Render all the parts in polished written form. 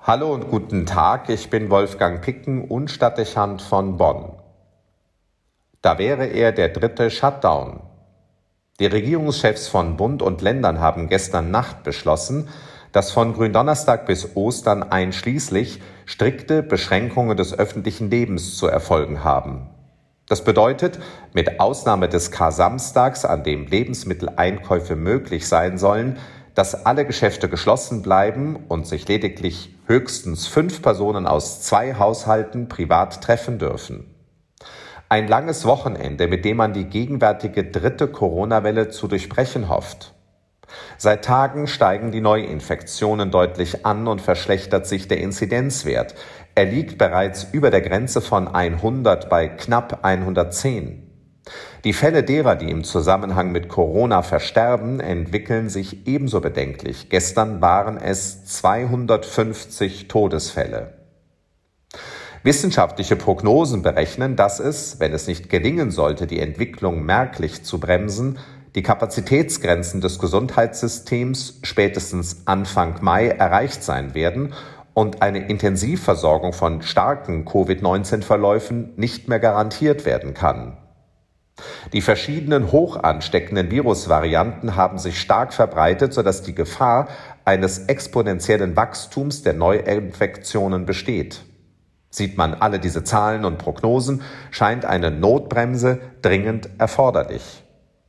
Hallo und guten Tag, ich bin Wolfgang Picken und Stadtdechant von Bonn. Da wäre er der dritte Shutdown. Die Regierungschefs von Bund und Ländern haben gestern Nacht beschlossen, dass von Gründonnerstag bis Ostern einschließlich strikte Beschränkungen des öffentlichen Lebens zu erfolgen haben. Das bedeutet, mit Ausnahme des Kar-Samstags, an dem Lebensmitteleinkäufe möglich sein sollen, dass alle Geschäfte geschlossen bleiben und sich lediglich höchstens 5 Personen aus 2 Haushalten privat treffen dürfen. Ein langes Wochenende, mit dem man die gegenwärtige dritte Corona-Welle zu durchbrechen hofft. Seit Tagen steigen die Neuinfektionen deutlich an und verschlechtert sich der Inzidenzwert. Er liegt bereits über der Grenze von 100 bei knapp 110. Die Fälle derer, die im Zusammenhang mit Corona versterben, entwickeln sich ebenso bedenklich. Gestern waren es 250 Todesfälle. Wissenschaftliche Prognosen berechnen, dass es, wenn es nicht gelingen sollte, die Entwicklung merklich zu bremsen, die Kapazitätsgrenzen des Gesundheitssystems spätestens Anfang Mai erreicht sein werden und eine Intensivversorgung von starken Covid-19-Verläufen nicht mehr garantiert werden kann. Die verschiedenen hoch ansteckenden Virusvarianten haben sich stark verbreitet, sodass die Gefahr eines exponentiellen Wachstums der Neuinfektionen besteht. Sieht man alle diese Zahlen und Prognosen, scheint eine Notbremse dringend erforderlich.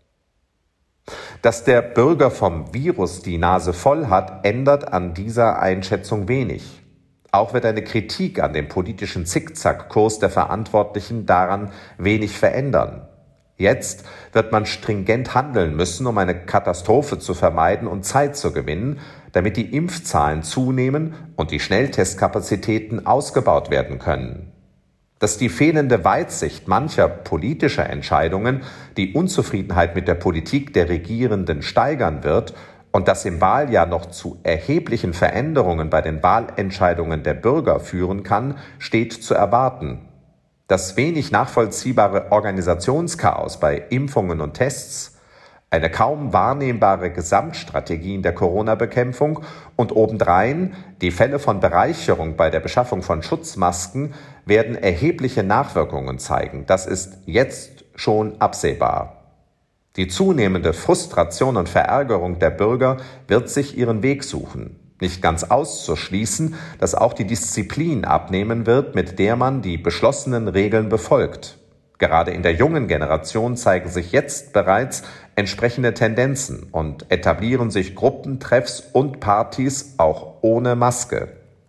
Dass der Bürger vom Virus die Nase voll hat, ändert an dieser Einschätzung wenig. Auch wird eine Kritik an dem politischen Zickzackkurs der Verantwortlichen daran wenig verändern. Jetzt wird man stringent handeln müssen, um eine Katastrophe zu vermeiden und Zeit zu gewinnen, damit die Impfzahlen zunehmen und die Schnelltestkapazitäten ausgebaut werden können. Dass die fehlende Weitsicht mancher politischer Entscheidungen die Unzufriedenheit mit der Politik der Regierenden steigern wird und dass im Wahljahr noch zu erheblichen Veränderungen bei den Wahlentscheidungen der Bürger führen kann, steht zu erwarten. Das wenig nachvollziehbare Organisationschaos bei Impfungen und Tests, eine kaum wahrnehmbare Gesamtstrategie in der Corona-Bekämpfung und obendrein die Fälle von Bereicherung bei der Beschaffung von Schutzmasken werden erhebliche Nachwirkungen zeigen. Das ist jetzt schon absehbar. Die zunehmende Frustration und Verärgerung der Bürger wird sich ihren Weg suchen. Nicht ganz auszuschließen, dass auch die Disziplin abnehmen wird, mit der man die beschlossenen Regeln befolgt. Gerade in der jungen Generation zeigen sich jetzt bereits entsprechende Tendenzen und etablieren sich Gruppentreffs und Partys auch ohne Maske.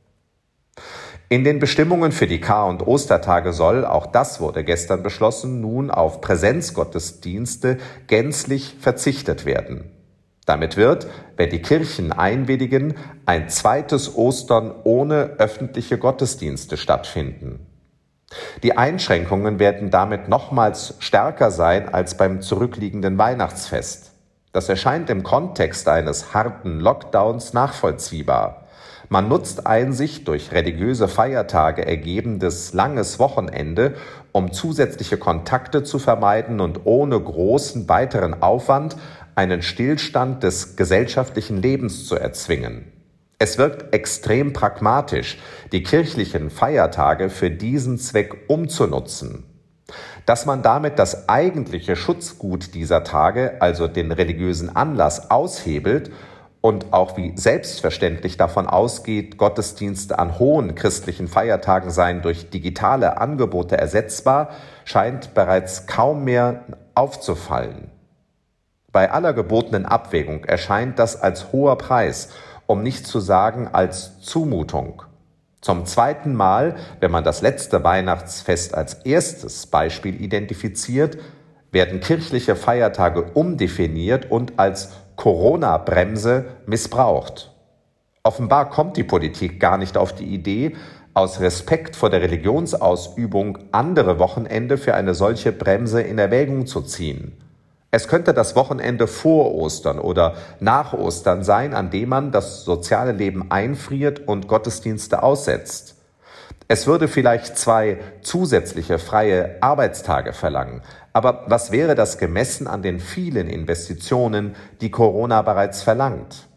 In den Bestimmungen für die Kar- und Ostertage soll, auch das wurde gestern beschlossen, nun auf Präsenzgottesdienste gänzlich verzichtet werden. Damit wird, wenn die Kirchen einwilligen, ein zweites Ostern ohne öffentliche Gottesdienste stattfinden. Die Einschränkungen werden damit nochmals stärker sein als beim zurückliegenden Weihnachtsfest. Das erscheint im Kontext eines harten Lockdowns nachvollziehbar. Man nutzt ein sich durch religiöse Feiertage ergebendes langes Wochenende, um zusätzliche Kontakte zu vermeiden und ohne großen weiteren Aufwand einen Stillstand des gesellschaftlichen Lebens zu erzwingen. Es wirkt extrem pragmatisch, die kirchlichen Feiertage für diesen Zweck umzunutzen. Dass man damit das eigentliche Schutzgut dieser Tage, also den religiösen Anlass, aushebelt und auch wie selbstverständlich davon ausgeht, Gottesdienste an hohen christlichen Feiertagen seien durch digitale Angebote ersetzbar, scheint bereits kaum mehr aufzufallen. Bei aller gebotenen Abwägung erscheint das als hoher Preis, um nicht zu sagen als Zumutung. Zum zweiten Mal, wenn man das letzte Weihnachtsfest als erstes Beispiel identifiziert, werden kirchliche Feiertage umdefiniert und als Corona-Bremse missbraucht. Offenbar kommt die Politik gar nicht auf die Idee, aus Respekt vor der Religionsausübung andere Wochenende für eine solche Bremse in Erwägung zu ziehen. Es könnte das Wochenende vor Ostern oder nach Ostern sein, an dem man das soziale Leben einfriert und Gottesdienste aussetzt. Es würde vielleicht 2 zusätzliche freie Arbeitstage verlangen. Aber was wäre das gemessen an den vielen Investitionen, die Corona bereits verlangt?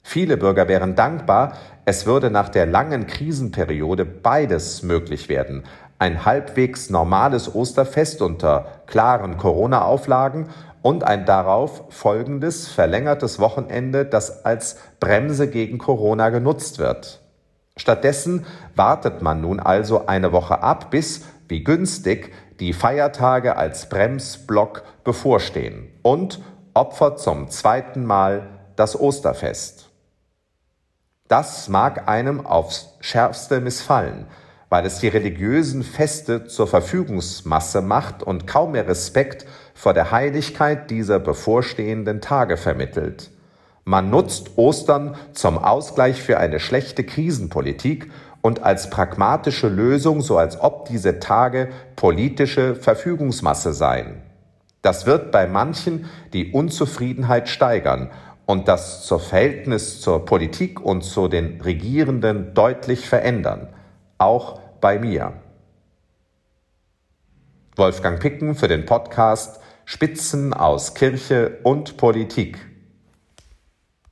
Viele Bürger wären dankbar, es würde nach der langen Krisenperiode beides möglich werden. Ein halbwegs normales Osterfest unter klaren Corona-Auflagen und ein darauf folgendes verlängertes Wochenende, das als Bremse gegen Corona genutzt wird. Stattdessen wartet man nun also eine Woche ab, bis, wie günstig, die Feiertage als Bremsblock bevorstehen und opfert zum zweiten Mal das Osterfest. Das mag einem aufs Schärfste missfallen, weil es die religiösen Feste zur Verfügungsmasse macht und kaum mehr Respekt vor der Heiligkeit dieser bevorstehenden Tage vermittelt. Man nutzt Ostern zum Ausgleich für eine schlechte Krisenpolitik und als pragmatische Lösung, so als ob diese Tage politische Verfügungsmasse seien. Das wird bei manchen die Unzufriedenheit steigern und das Verhältnis zur Politik und zu den Regierenden deutlich verändern. Auch bei mir. Wolfgang Picken für den Podcast Spitzen aus Kirche und Politik.